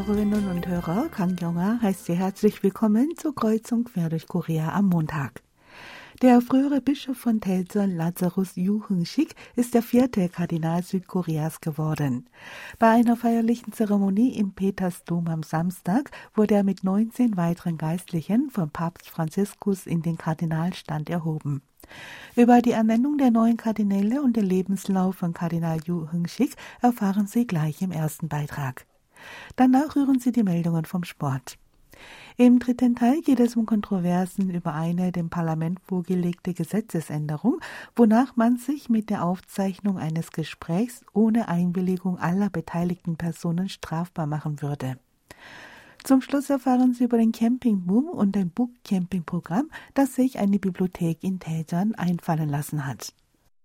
Hörerinnen und Hörer, Kang Kyung-ah heißt Sie herzlich willkommen zur Kreuzung quer durch Korea am Montag. Der frühere Bischof von Daejeon, Lazarus Yu Hung-sik, ist der 4. Kardinal Südkoreas geworden. Bei einer feierlichen Zeremonie im Petersdom am Samstag wurde er mit 19 weiteren Geistlichen von Papst Franziskus in den Kardinalstand erhoben. Über die Ernennung der neuen Kardinäle und den Lebenslauf von Kardinal Yu Hung-sik erfahren Sie gleich im ersten Beitrag. Danach hören Sie die Meldungen vom Sport. Im dritten Teil geht es um Kontroversen über eine dem Parlament vorgelegte Gesetzesänderung, wonach man sich mit der Aufzeichnung eines Gesprächs ohne Einwilligung aller beteiligten Personen strafbar machen würde. Zum Schluss erfahren Sie über den Campingboom und ein Bookcamping-Programm, das sich eine Bibliothek in Daejeon einfallen lassen hat.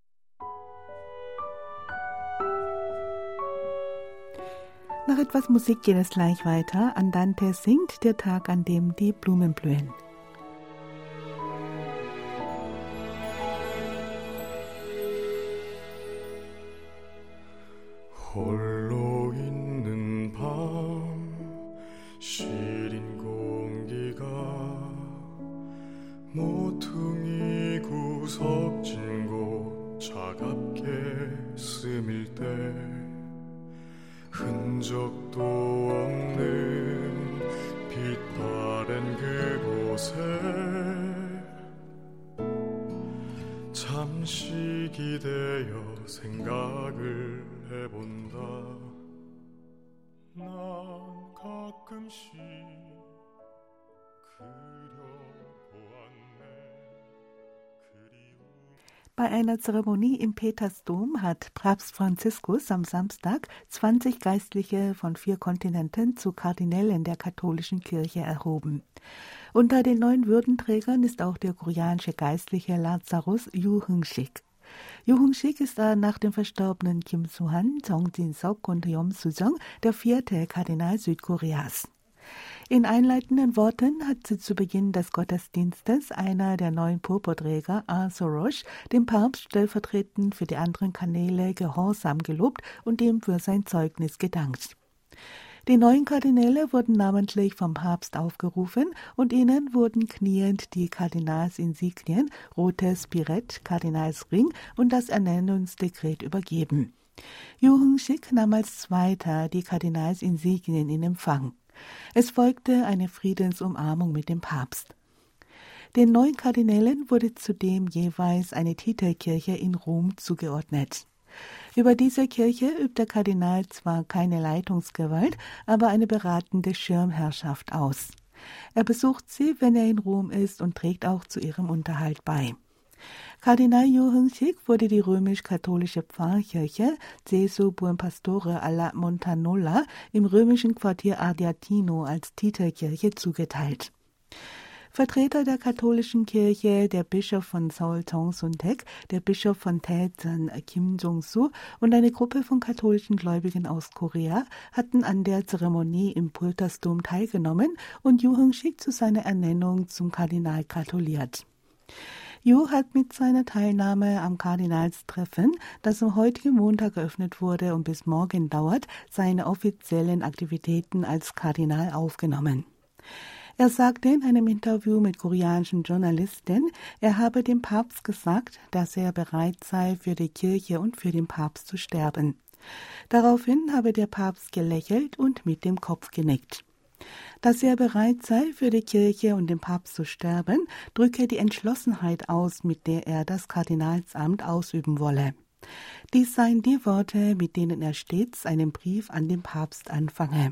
Nach etwas Musik geht es gleich weiter. Andante singt Der Tag, an dem die Blumen blühen. 홀로 있는 밤 시린 공기가 모퉁이 구석진 곳 차갑게 스밀 때 흔적도 없는 빛바랜 그곳에 잠시 기대어 생각을 해본다. 난 가끔씩 Bei einer Zeremonie im Petersdom hat Papst Franziskus am Samstag 20 Geistliche von 4 Kontinenten zu Kardinälen der katholischen Kirche erhoben. Unter den neuen Würdenträgern ist auch der koreanische Geistliche Lazarus Yu Hung-sik. Yu Hung-sik ist nach dem verstorbenen Kim Soo-han, Jong Jin-seok und Yeom Soo-jung der 4. Kardinal Südkoreas. In einleitenden Worten hat sie zu Beginn des Gottesdienstes einer der neuen Purpurträger, Soros, dem Papst stellvertretend für die anderen Kanäle Gehorsam gelobt und ihm für sein Zeugnis gedankt. Die neuen Kardinäle wurden namentlich vom Papst aufgerufen und ihnen wurden kniend die Kardinalsinsignien, rotes Birett, Kardinalsring und das Ernennungsdekret übergeben. Yu Hung-sik nahm als Zweiter die Kardinalsinsignien in Empfang. Es folgte eine Friedensumarmung mit dem Papst. Den neuen Kardinälen wurde zudem jeweils eine Titelkirche in Rom zugeordnet. Über diese Kirche übt der Kardinal zwar keine Leitungsgewalt, aber eine beratende Schirmherrschaft aus. Er besucht sie, wenn er in Rom ist, und trägt auch zu ihrem Unterhalt bei. Kardinal Yu Hung-sik wurde die römisch-katholische Pfarrkirche Jesu Buen Pastore alla Montanola im römischen Quartier Ardeatino als Titelkirche zugeteilt. Vertreter der katholischen Kirche, der Bischof von Seoul Jong Sun-taek, der Bischof von Daejeon Kim Jong-soo und eine Gruppe von katholischen Gläubigen aus Korea hatten an der Zeremonie im Petersdom teilgenommen und Yu Hung-sik zu seiner Ernennung zum Kardinal gratuliert. Yu hat mit seiner Teilnahme am Kardinalstreffen, das am heutigen Montag eröffnet wurde und bis morgen dauert, seine offiziellen Aktivitäten als Kardinal aufgenommen. Er sagte in einem Interview mit koreanischen Journalisten, er habe dem Papst gesagt, dass er bereit sei, für die Kirche und für den Papst zu sterben. Daraufhin habe der Papst gelächelt und mit dem Kopf genickt. Dass er bereit sei, für die Kirche und den Papst zu sterben, drücke die Entschlossenheit aus, mit der er das Kardinalsamt ausüben wolle. Dies seien die Worte, mit denen er stets einen Brief an den Papst anfange.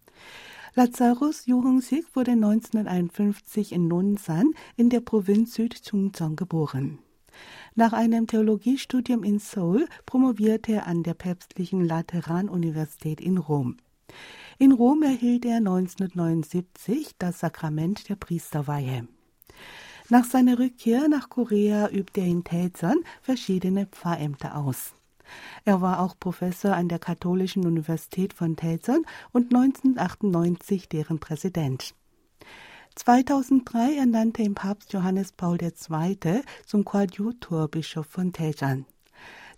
Lazarus Yu Hung-sik wurde 1951 in Nonsan in der Provinz Südchungcheong geboren. Nach einem Theologiestudium in Seoul promovierte er an der Päpstlichen Lateranuniversität in Rom. In Rom erhielt er 1979 das Sakrament der Priesterweihe. Nach seiner Rückkehr nach Korea übte er in Daejeon verschiedene Pfarrämter aus. Er war auch Professor an der Katholischen Universität von Daejeon und 1998 deren Präsident. 2003 ernannte ihn Papst Johannes Paul II. Zum Koadjutorbischof von Daejeon.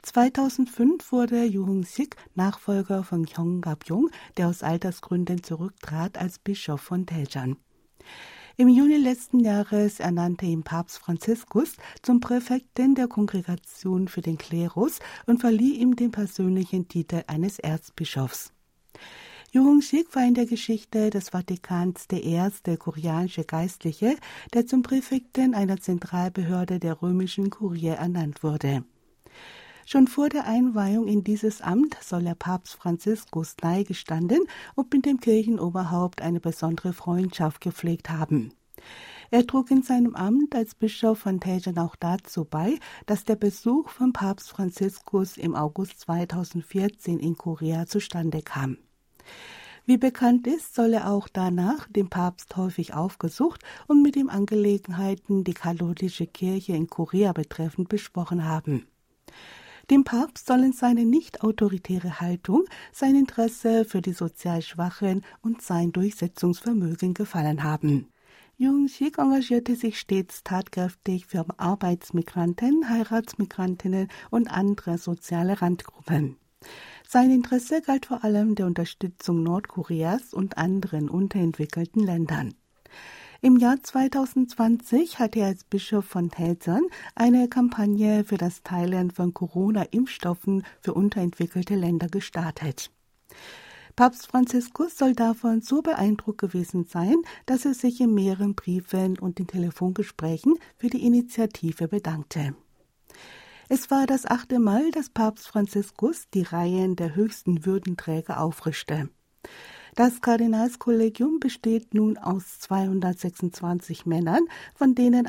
2005 wurde Yoo Hung-sik Nachfolger von Hyung Gab-yong, der aus Altersgründen zurücktrat, als Bischof von Daejeon. Im Juni letzten Jahres ernannte ihn Papst Franziskus zum Präfekten der Kongregation für den Klerus und verlieh ihm den persönlichen Titel eines Erzbischofs. Yoo Hung-sik war in der Geschichte des Vatikans der erste koreanische Geistliche, der zum Präfekten einer Zentralbehörde der römischen Kurie ernannt wurde. Schon vor der Einweihung in dieses Amt soll er Papst Franziskus nahegestanden und mit dem Kirchenoberhaupt eine besondere Freundschaft gepflegt haben. Er trug in seinem Amt als Bischof von Daejeon auch dazu bei, dass der Besuch von Papst Franziskus im August 2014 in Korea zustande kam. Wie bekannt ist, soll er auch danach den Papst häufig aufgesucht und mit ihm Angelegenheiten, die katholische Kirche in Korea betreffend, besprochen haben. Dem Papst sollen seine nicht autoritäre Haltung, sein Interesse für die sozial Schwachen und sein Durchsetzungsvermögen gefallen haben. Yoo Hung-sik engagierte sich stets tatkräftig für Arbeitsmigranten, Heiratsmigrantinnen und andere soziale Randgruppen. Sein Interesse galt vor allem der Unterstützung Nordkoreas und anderen unterentwickelten Ländern. Im Jahr 2020 hat er als Bischof von Daejeon eine Kampagne für das Teilen von Corona-Impfstoffen für unterentwickelte Länder gestartet. Papst Franziskus soll davon so beeindruckt gewesen sein, dass er sich in mehreren Briefen und in Telefongesprächen für die Initiative bedankte. Es war das 8. Mal, dass Papst Franziskus die Reihen der höchsten Würdenträger auffrischte. Das Kardinalskollegium besteht nun aus 226 Männern, von denen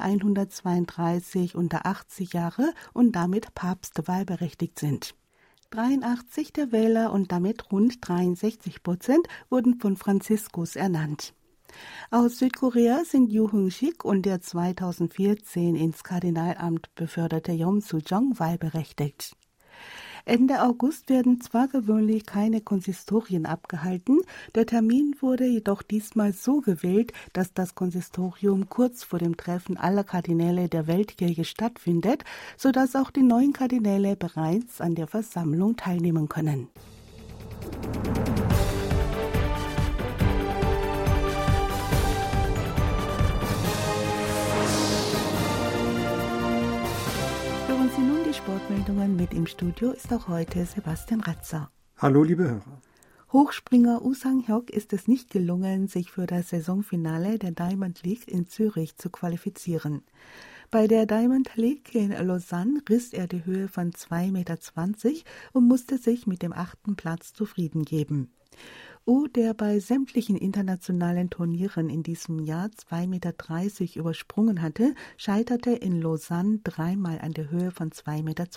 132 unter 80 Jahre und damit papstwahlberechtigt sind. 83 der Wähler und damit rund 63% wurden von Franziskus ernannt. Aus Südkorea sind Yoo Hung-sik und der 2014 ins Kardinalamt beförderte Yeom Soo-jong wahlberechtigt. Ende August werden zwar gewöhnlich keine Konsistorien abgehalten, der Termin wurde jedoch diesmal so gewählt, dass das Konsistorium kurz vor dem Treffen aller Kardinäle der Weltkirche stattfindet, sodass auch die neuen Kardinäle bereits an der Versammlung teilnehmen können. Sie nun die Sportmeldungen. Mit im Studio ist auch heute Sebastian Ratzer. Hallo, liebe Hörer. Hochspringer Woo Sang-hyuk ist es nicht gelungen, sich für das Saisonfinale der Diamond League in Zürich zu qualifizieren. Bei der Diamond League in Lausanne riss er die Höhe von 2,20 Meter und musste sich mit dem 8. Platz zufrieden geben. Woo, der bei sämtlichen internationalen Turnieren in diesem Jahr 2,30 Meter übersprungen hatte, scheiterte in Lausanne dreimal an der Höhe von 2,20 Meter.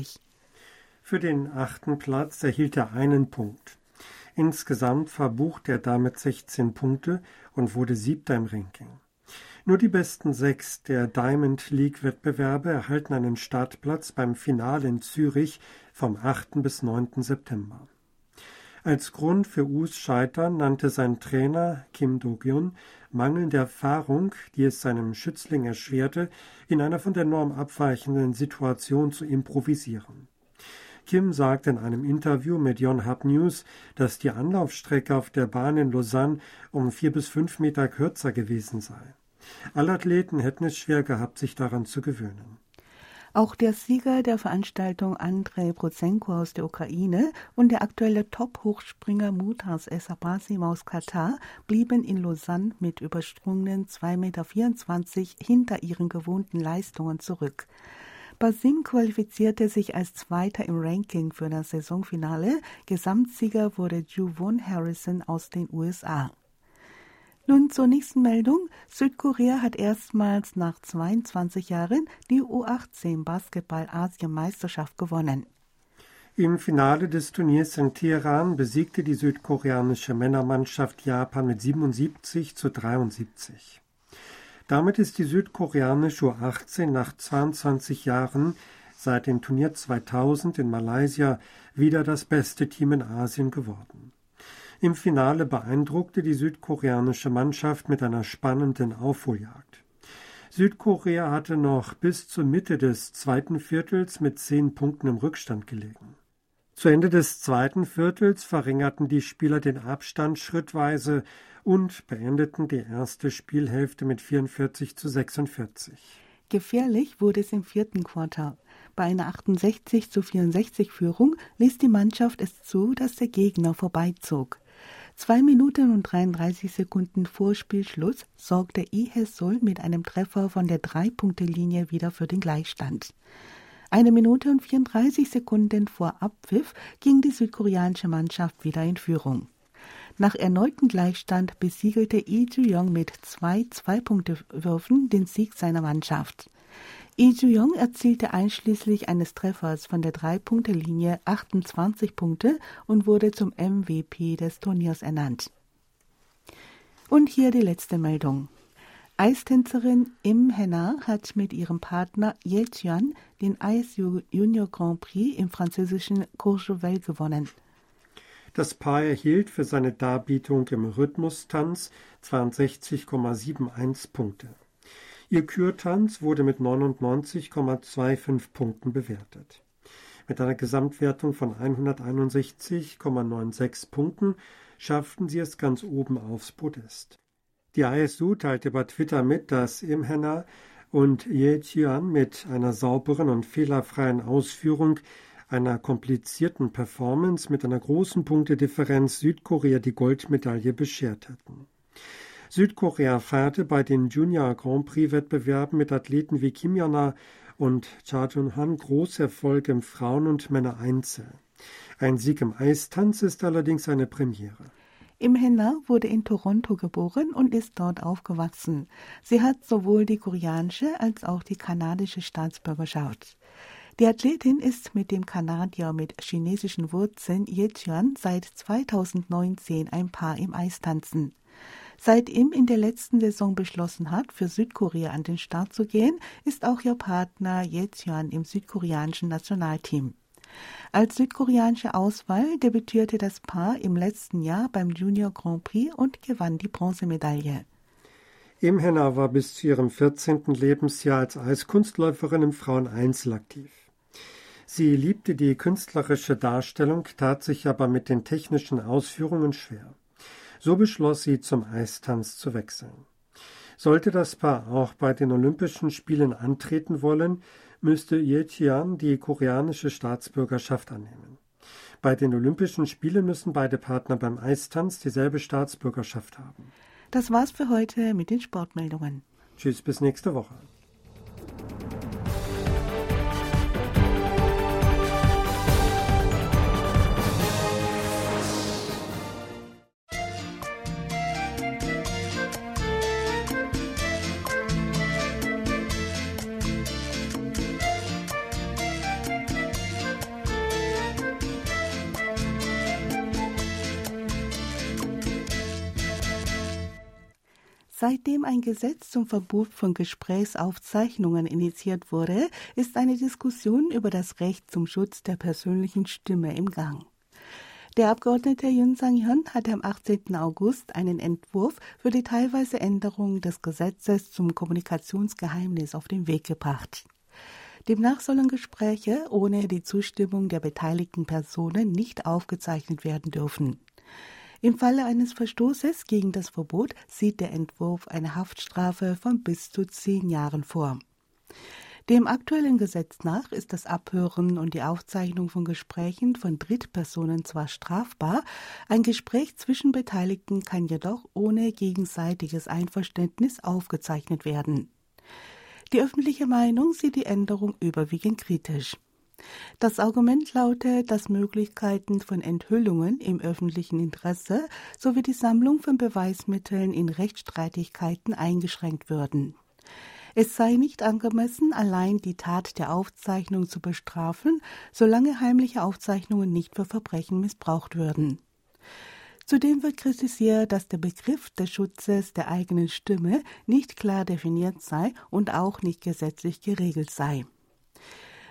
Für den 8. Platz erhielt er einen Punkt. Insgesamt verbuchte er damit 16 Punkte und wurde 7. im Ranking. Nur die besten 6 der Diamond League-Wettbewerbe erhalten einen Startplatz beim Finale in Zürich vom 8. bis 9. September. Als Grund für Woos Scheitern nannte sein Trainer Kim Do-gyun mangelnde Erfahrung, die es seinem Schützling erschwerte, in einer von der Norm abweichenden Situation zu improvisieren. Kim sagte in einem Interview mit Yonhap News, dass die Anlaufstrecke auf der Bahn in Lausanne um 4 bis 5 Meter kürzer gewesen sei. Alle Athleten hätten es schwer gehabt, sich daran zu gewöhnen. Auch der Sieger der Veranstaltung Andrei Prozenko aus der Ukraine und der aktuelle Top-Hochspringer Mutas Essabasim aus Katar blieben in Lausanne mit übersprungenen 2,24 Meter hinter ihren gewohnten Leistungen zurück. Basim qualifizierte sich als Zweiter im Ranking für das Saisonfinale. Gesamtsieger wurde Juvon Harrison aus den USA. Nun zur nächsten Meldung. Südkorea hat erstmals nach 22 Jahren die U18-Basketball-Asienmeisterschaft gewonnen. Im Finale des Turniers in Teheran besiegte die südkoreanische Männermannschaft Japan mit 77:73. Damit ist die südkoreanische U18 nach 22 Jahren seit dem Turnier 2000 in Malaysia wieder das beste Team in Asien geworden. Im Finale beeindruckte die südkoreanische Mannschaft mit einer spannenden Aufholjagd. Südkorea hatte noch bis zur Mitte des zweiten Viertels mit 10 Punkten im Rückstand gelegen. Zu Ende des zweiten Viertels verringerten die Spieler den Abstand schrittweise und beendeten die erste Spielhälfte mit 44:46. Gefährlich wurde es im vierten Quartal. Bei einer 68:64 Führung ließ die Mannschaft es zu, dass der Gegner vorbeizog. 2 Minuten und 33 Sekunden vor Spielschluss sorgte Lee Hae-sol mit einem Treffer von der 3-Punkte-Linie wieder für den Gleichstand. 1 Minute und 34 Sekunden vor Abpfiff ging die südkoreanische Mannschaft wieder in Führung. Nach erneutem Gleichstand besiegelte Lee Ju-young mit 2 2-Punkte-Würfen den Sieg seiner Mannschaft. Lee Ju-young erzielte einschließlich eines Treffers von der 3-Punkte-Linie 28 Punkte und wurde zum MVP des Turniers ernannt. Und hier die letzte Meldung. Eistänzerin Im Hae-na hat mit ihrem Partner Ye Chun den ISU Junior Grand Prix im französischen Courchevel gewonnen. Das Paar erhielt für seine Darbietung im Rhythmustanz 62,71 Punkte. Ihr Kürtanz wurde mit 99,25 Punkten bewertet. Mit einer Gesamtwertung von 161,96 Punkten schafften sie es ganz oben aufs Podest. Die ISU teilte bei Twitter mit, dass Im Hae-na und Ye Chun mit einer sauberen und fehlerfreien Ausführung einer komplizierten Performance mit einer großen Punktedifferenz Südkorea die Goldmedaille beschert hatten. Südkorea feierte bei den Junior Grand Prix Wettbewerben mit Athleten wie Kim Yona und Cha Jun-han Großerfolg im Frauen- und Männereinzel. Ein Sieg im Eistanz ist allerdings eine Premiere. Im Hae-na wurde in Toronto geboren und ist dort aufgewachsen. Sie hat sowohl die koreanische als auch die kanadische Staatsbürgerschaft. Die Athletin ist mit dem Kanadier mit chinesischen Wurzeln Ye Chun seit 2019 ein Paar im Eistanzen. Seit ihm in der letzten Saison beschlossen hat, für Südkorea an den Start zu gehen, ist auch ihr Partner Ye Chun im südkoreanischen Nationalteam. Als südkoreanische Auswahl debütierte das Paar im letzten Jahr beim Junior Grand Prix und gewann die Bronzemedaille. Im Hae-na war bis zu ihrem 14. Lebensjahr als Eiskunstläuferin im Fraueneinzel aktiv. Sie liebte die künstlerische Darstellung, tat sich aber mit den technischen Ausführungen schwer. So beschloss sie, zum Eistanz zu wechseln. Sollte das Paar auch bei den Olympischen Spielen antreten wollen, müsste Ye Chun die koreanische Staatsbürgerschaft annehmen. Bei den Olympischen Spielen müssen beide Partner beim Eistanz dieselbe Staatsbürgerschaft haben. Das war's für heute mit den Sportmeldungen. Tschüss, bis nächste Woche. Seitdem ein Gesetz zum Verbot von Gesprächsaufzeichnungen initiiert wurde, ist eine Diskussion über das Recht zum Schutz der persönlichen Stimme im Gang. Der Abgeordnete Yoon Sang-hyun hat am 18. August einen Entwurf für die teilweise Änderung des Gesetzes zum Kommunikationsgeheimnis auf den Weg gebracht. Demnach sollen Gespräche ohne die Zustimmung der beteiligten Personen nicht aufgezeichnet werden dürfen. Im Falle eines Verstoßes gegen das Verbot sieht der Entwurf eine Haftstrafe von bis zu 10 Jahren vor. Dem aktuellen Gesetz nach ist das Abhören und die Aufzeichnung von Gesprächen von Drittpersonen zwar strafbar, ein Gespräch zwischen Beteiligten kann jedoch ohne gegenseitiges Einverständnis aufgezeichnet werden. Die öffentliche Meinung sieht die Änderung überwiegend kritisch. Das Argument lautet, dass Möglichkeiten von Enthüllungen im öffentlichen Interesse sowie die Sammlung von Beweismitteln in Rechtsstreitigkeiten eingeschränkt würden. Es sei nicht angemessen, allein die Tat der Aufzeichnung zu bestrafen, solange heimliche Aufzeichnungen nicht für Verbrechen missbraucht würden. Zudem wird kritisiert, dass der Begriff des Schutzes der eigenen Stimme nicht klar definiert sei und auch nicht gesetzlich geregelt sei.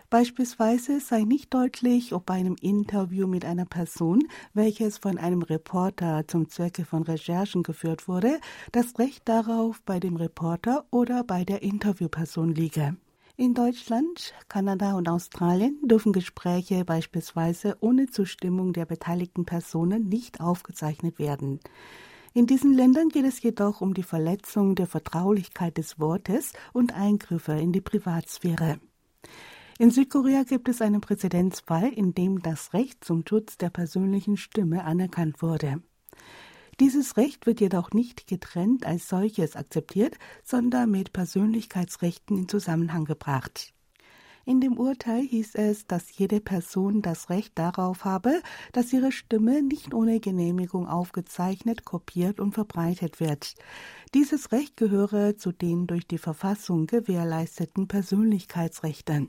Beispielsweise sei nicht deutlich, ob bei einem Interview mit einer Person, welches von einem Reporter zum Zwecke von Recherchen geführt wurde, das Recht darauf bei dem Reporter oder bei der Interviewperson liege. In Deutschland, Kanada und Australien dürfen Gespräche beispielsweise ohne Zustimmung der beteiligten Personen nicht aufgezeichnet werden. In diesen Ländern geht es jedoch um die Verletzung der Vertraulichkeit des Wortes und Eingriffe in die Privatsphäre. In Südkorea gibt es einen Präzedenzfall, in dem das Recht zum Schutz der persönlichen Stimme anerkannt wurde. Dieses Recht wird jedoch nicht getrennt als solches akzeptiert, sondern mit Persönlichkeitsrechten in Zusammenhang gebracht. In dem Urteil hieß es, dass jede Person das Recht darauf habe, dass ihre Stimme nicht ohne Genehmigung aufgezeichnet, kopiert und verbreitet wird. Dieses Recht gehöre zu den durch die Verfassung gewährleisteten Persönlichkeitsrechten.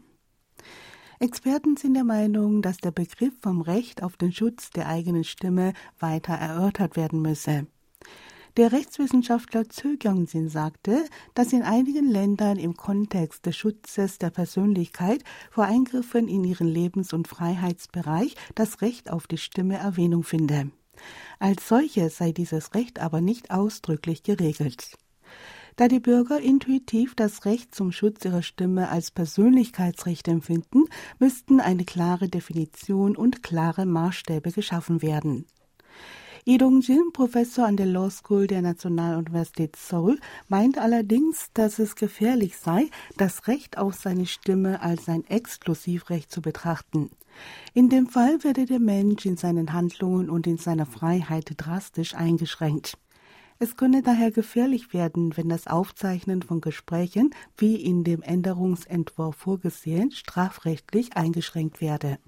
Experten sind der Meinung, dass der Begriff vom Recht auf den Schutz der eigenen Stimme weiter erörtert werden müsse. Der Rechtswissenschaftler Chö Kyung-sin sagte, dass in einigen Ländern im Kontext des Schutzes der Persönlichkeit vor Eingriffen in ihren Lebens- und Freiheitsbereich das Recht auf die Stimme Erwähnung finde. Als solches sei dieses Recht aber nicht ausdrücklich geregelt. Da die Bürger intuitiv das Recht zum Schutz ihrer Stimme als Persönlichkeitsrecht empfinden, müssten eine klare Definition und klare Maßstäbe geschaffen werden. Lee Dong-jin, Professor an der Law School der Nationaluniversität Seoul, meint allerdings, dass es gefährlich sei, das Recht auf seine Stimme als ein Exklusivrecht zu betrachten. In dem Fall werde der Mensch in seinen Handlungen und in seiner Freiheit drastisch eingeschränkt. Es könne daher gefährlich werden, wenn das Aufzeichnen von Gesprächen, wie in dem Änderungsentwurf vorgesehen, strafrechtlich eingeschränkt werde.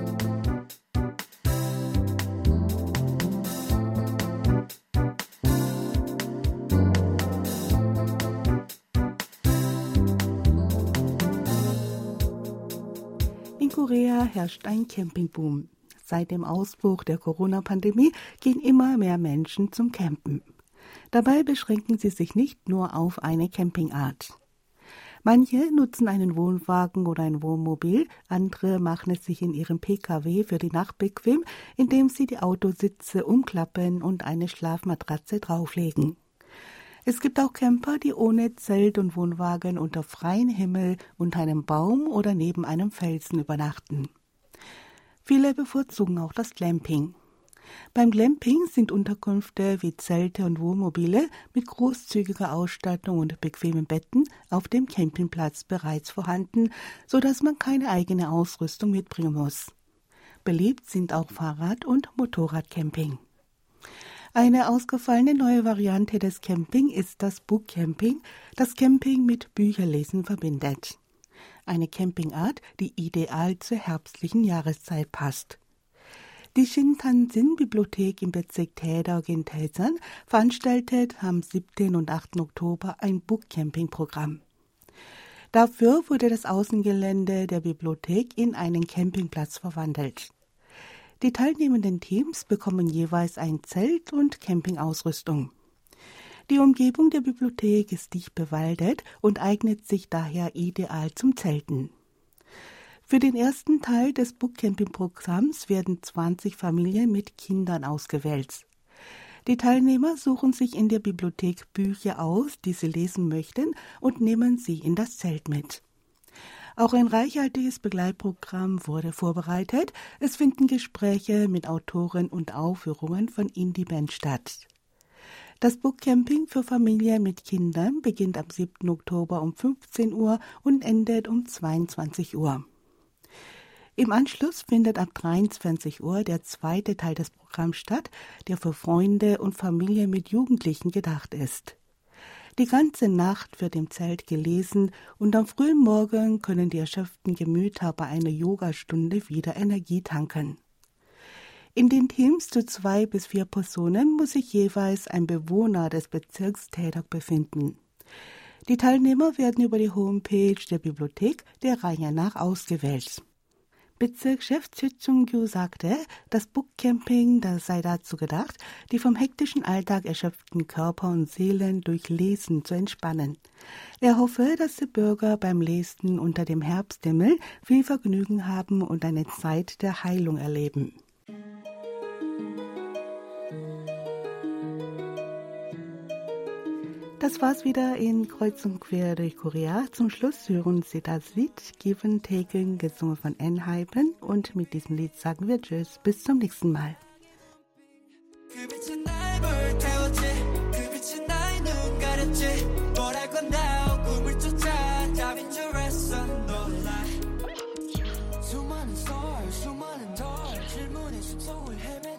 In Korea herrscht ein Campingboom. Seit dem Ausbruch der Corona-Pandemie gehen immer mehr Menschen zum Campen. Dabei beschränken sie sich nicht nur auf eine Campingart. Manche nutzen einen Wohnwagen oder ein Wohnmobil, andere machen es sich in ihrem Pkw für die Nacht bequem, indem sie die Autositze umklappen und eine Schlafmatratze drauflegen. Es gibt auch Camper, die ohne Zelt und Wohnwagen unter freiem Himmel, unter einem Baum oder neben einem Felsen übernachten. Viele bevorzugen auch das Glamping. Beim Glamping sind Unterkünfte wie Zelte und Wohnmobile mit großzügiger Ausstattung und bequemen Betten auf dem Campingplatz bereits vorhanden, sodass man keine eigene Ausrüstung mitbringen muss. Beliebt sind auch Fahrrad- und Motorradcamping. Eine ausgefallene neue Variante des Camping ist das Bookcamping, das Camping mit Bücherlesen verbindet. Eine Campingart, die ideal zur herbstlichen Jahreszeit passt. Die Shintansin-Bibliothek im Bezirk Taedong in Daesan veranstaltet am 7. und 8. Oktober ein Bookcamping-Programm. Dafür wurde das Außengelände der Bibliothek in einen Campingplatz verwandelt. Die teilnehmenden Teams bekommen jeweils ein Zelt und Campingausrüstung. Die Umgebung der Bibliothek ist dicht bewaldet und eignet sich daher ideal zum Zelten. Für den ersten Teil des Bookcamping-Programms werden 20 Familien mit Kindern ausgewählt. Die Teilnehmer suchen sich in der Bibliothek Bücher aus, die sie lesen möchten, und nehmen sie in das Zelt mit. Auch ein reichhaltiges Begleitprogramm wurde vorbereitet. Es finden Gespräche mit Autoren und Aufführungen von Indie-Bands statt. Das Bookcamping für Familien mit Kindern beginnt am 7. Oktober um 15 Uhr und endet um 22 Uhr. Im Anschluss findet ab 23 Uhr der zweite Teil des Programms statt, der für Freunde und Familien mit Jugendlichen gedacht ist. Die ganze Nacht wird im Zelt gelesen und am frühen Morgen können die erschöpften Gemüter bei einer Yogastunde wieder Energie tanken. In den Teams zu 2 bis 4 Personen muss sich jeweils ein Bewohner des Bezirks Taedong befinden. Die Teilnehmer werden über die Homepage der Bibliothek der Reihe nach ausgewählt. Bezirkschef Choi Chung-kyu sagte, das Bookcamping, das sei dazu gedacht, die vom hektischen Alltag erschöpften Körper und Seelen durch Lesen zu entspannen. Er hoffe, dass die Bürger beim Lesen unter dem Herbsthimmel viel Vergnügen haben und eine Zeit der Heilung erleben. Das war's wieder in Kreuz und Quer durch Korea. Zum Schluss hören Sie das Lied Given Taken, gesungen von ENHYPEN. Und mit diesem Lied sagen wir Tschüss, bis zum nächsten Mal. 수많은 덜 질문의 숨통을 헤매